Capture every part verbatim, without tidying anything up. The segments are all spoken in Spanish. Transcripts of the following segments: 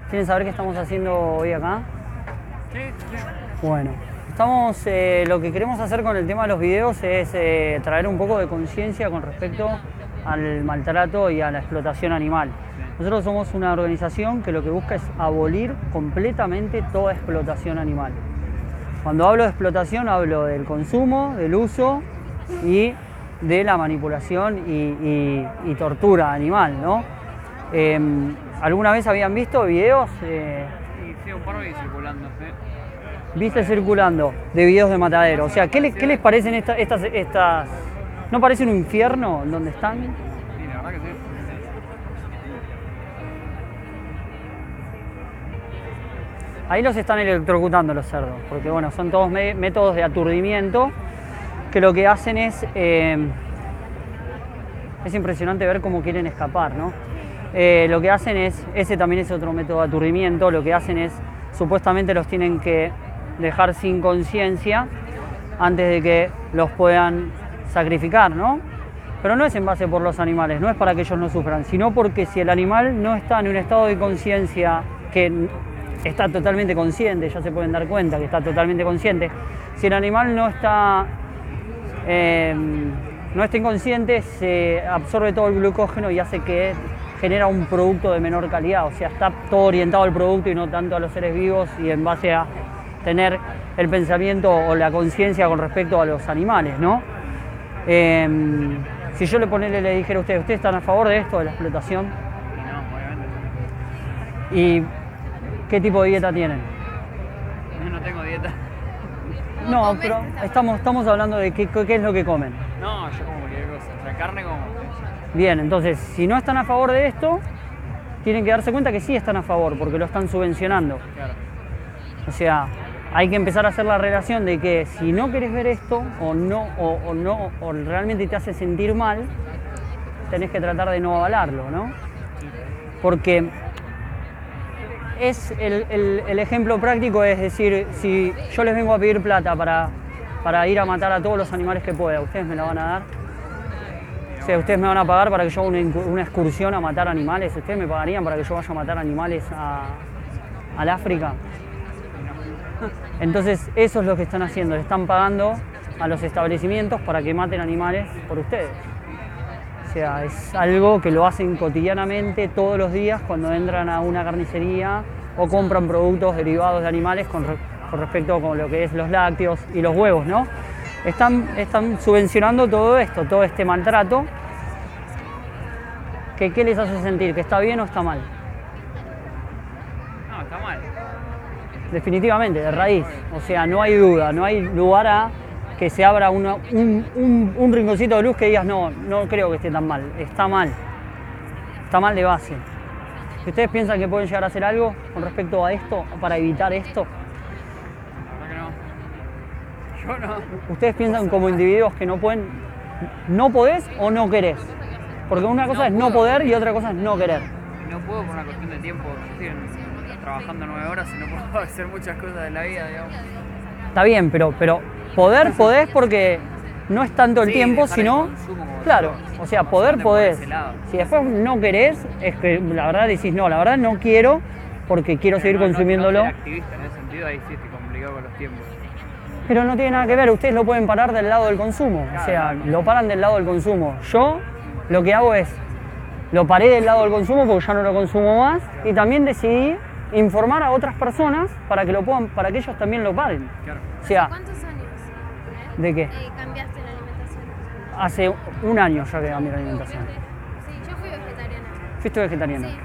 ¿Quieren saber qué estamos haciendo hoy acá? Sí, sí. Bueno, estamos, eh, lo que queremos hacer con el tema de los videos es eh, traer un poco de conciencia con respecto al maltrato y a la explotación animal. Nosotros somos una organización que lo que busca es abolir completamente toda explotación animal. Cuando hablo de explotación hablo del consumo, del uso y de la manipulación y, y, y tortura animal, ¿no? Eh, ¿Alguna vez habían visto videos? Eh, Sí, sí, un par vi circulando. ¿Sí? Viste circulando de videos de matadero. O sea, ¿qué, le, qué les parecen esta, estas, estas... ¿No parece un infierno donde están? Sí, la verdad que sí. Ahí los están electrocutando los cerdos, porque bueno, son todos me- métodos de aturdimiento que lo que hacen es... eh, es impresionante ver cómo quieren escapar, ¿no? Eh, lo que hacen es, ese también es otro método de aturdimiento, lo que hacen es, supuestamente los tienen que dejar sin conciencia antes de que los puedan sacrificar, ¿no? Pero no es en base por los animales, no es para que ellos no sufran, sino porque si el animal no está en un estado de conciencia que está totalmente consciente, ya se pueden dar cuenta que está totalmente consciente, si el animal no está, eh, no está inconsciente, se absorbe todo el glucógeno y hace que genera un producto de menor calidad, o sea, está todo orientado al producto y no tanto a los seres vivos y en base a tener el pensamiento o la conciencia con respecto a los animales, ¿no? Eh, si yo le ponele, le dijera a ustedes, ¿ustedes están a favor de esto, de la explotación? Y no, obviamente. ¿Y qué tipo de dieta tienen? Yo no tengo dieta. No, pero estamos, estamos hablando de qué, qué es lo que comen. No, yo como cualquier cosa. O sea, carne como. Bien, entonces, si no están a favor de esto, tienen que darse cuenta que sí están a favor, porque lo están subvencionando. Claro. O sea, hay que empezar a hacer la relación de que si no querés ver esto, o no, o, o no, o realmente te hace sentir mal, tenés que tratar de no avalarlo, ¿no? Porque es el, el- el ejemplo práctico es decir, si yo les vengo a pedir plata para, para ir a matar a todos los animales que pueda, ¿ustedes me la van a dar? O sea, ¿ustedes me van a pagar para que yo haga una, incu- una excursión a matar animales? ¿Ustedes me pagarían para que yo vaya a matar animales a, al África? Entonces, eso es lo que están haciendo, le están pagando a los establecimientos para que maten animales por ustedes. O sea, es algo que lo hacen cotidianamente, todos los días, cuando entran a una carnicería o compran productos derivados de animales con, re- con respecto con lo que es los lácteos y los huevos, ¿no? Están, están subvencionando todo esto, todo este maltrato. Que, ¿Qué les hace sentir? ¿Que está bien o está mal? No, está mal. Definitivamente, de raíz. O sea, no hay duda, no hay lugar a que se abra una- un, un- un rinconcito de luz que digas, no, no creo que esté tan mal. Está mal. Está mal de base. Si ustedes piensan que pueden llegar a hacer algo con respecto a esto, para evitar esto, La verdad que no. Yo no. ustedes piensan como individuos que no pueden, no podés o no querés. Porque una cosa No es no puedo. poder y otra cosa es no querer. No puedo por una cuestión de tiempo. Yo estoy en- trabajando nueve horas y no puedo hacer muchas cosas de la vida, digamos. Está bien, pero, pero poder podés porque no es tanto el Sí, tiempo, dejar el sino, consumo como claro, todo. o sea, poder Pasarte por podés. ese lado. Si después no querés, es que la verdad decís, no, la verdad no quiero porque quiero seguir No, no, consumiéndolo. No ser activista en ese sentido, ahí sí estoy complicado con los tiempos. Pero no tiene nada que ver, ustedes lo pueden parar del lado del consumo, o Claro, sea, claro. lo paran del lado del consumo. Yo lo que hago es, lo paré del lado del consumo porque ya no lo consumo más y también decidí informar a otras personas para que lo puedan, para que ellos también lo paren. Claro. O sea, ¿Cuántos años ¿de qué? eh, cambiaste la alimentación? Hace un año ya que cambié la alimentación. Sí, yo fui vegetariana. Fuiste vegetariana. Sí.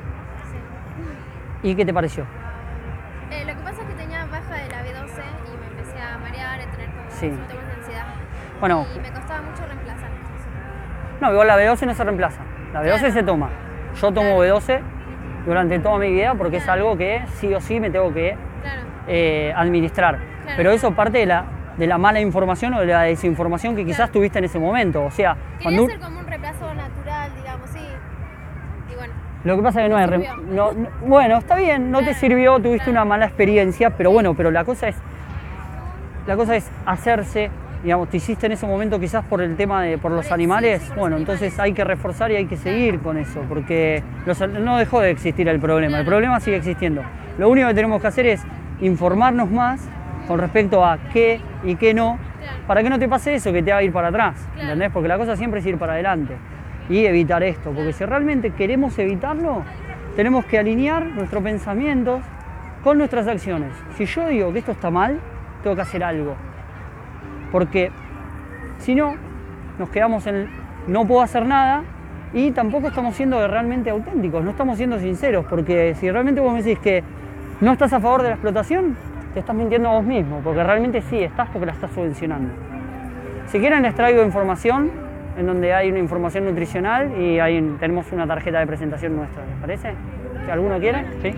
sí. ¿Y qué te pareció? Eh, lo que pasa es que tenía baja de la B doce y me empecé a marear, a tener como Sí. síntomas de ansiedad. Bueno, Y me costaba mucho reemplazar. no, igual la B doce no se reemplaza. La B doce Claro. se toma. Yo tomo Claro. B doce durante toda mi vida porque es algo que sí o sí me tengo que Claro. eh, administrar. Claro. Pero eso parte de la, de la mala información o de la desinformación que quizás Claro. tuviste en ese momento. O sea, Quería cuando... hacer como un reemplazo natural, digamos, sí. Y bueno. Lo que pasa es que no Me es... rem- sirvió. no- no- bueno, está bien, no te Claro, sirvió, tuviste claro. una mala experiencia, pero bueno, pero la cosa es... La cosa es hacerse digamos, te hiciste en ese momento quizás por el tema de por los Por- animales, sí, sí, por bueno, los entonces animales. hay que reforzar y hay que seguir con eso, porque los- no dejó de existir el problema, el Claro. problema sigue existiendo. Lo único que tenemos que hacer es informarnos más con respecto a qué y qué no, Claro. para que no te pase eso, que te haga ir para atrás, Claro. ¿entendés? Porque la cosa siempre es ir para adelante y evitar esto, porque si realmente queremos evitarlo, tenemos que alinear nuestros pensamientos con nuestras acciones. Si yo digo que esto está mal, tengo que hacer algo, porque si no, nos quedamos en el no puedo hacer nada y tampoco estamos siendo realmente auténticos, no estamos siendo sinceros, porque si realmente vos me decís que no estás a favor de la explotación, te estás mintiendo a vos mismo, porque realmente sí estás porque la estás subvencionando. Si quieren les traigo información en donde hay una información nutricional y hay, tenemos una tarjeta de presentación nuestra, ¿les parece? ¿Si alguno quiere? ¿Sí?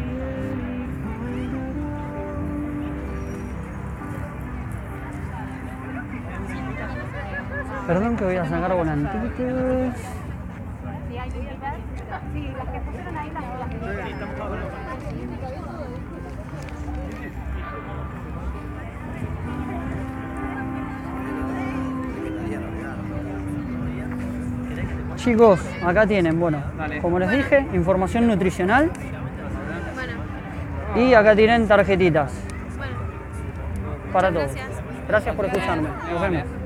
Perdón que voy a sacar volantitos. Chicos, acá tienen, bueno, Dale. como les dije, información nutricional Bueno, y acá tienen tarjetitas bueno. para Muchas todos. gracias. Gracias por escucharme. Nos vemos.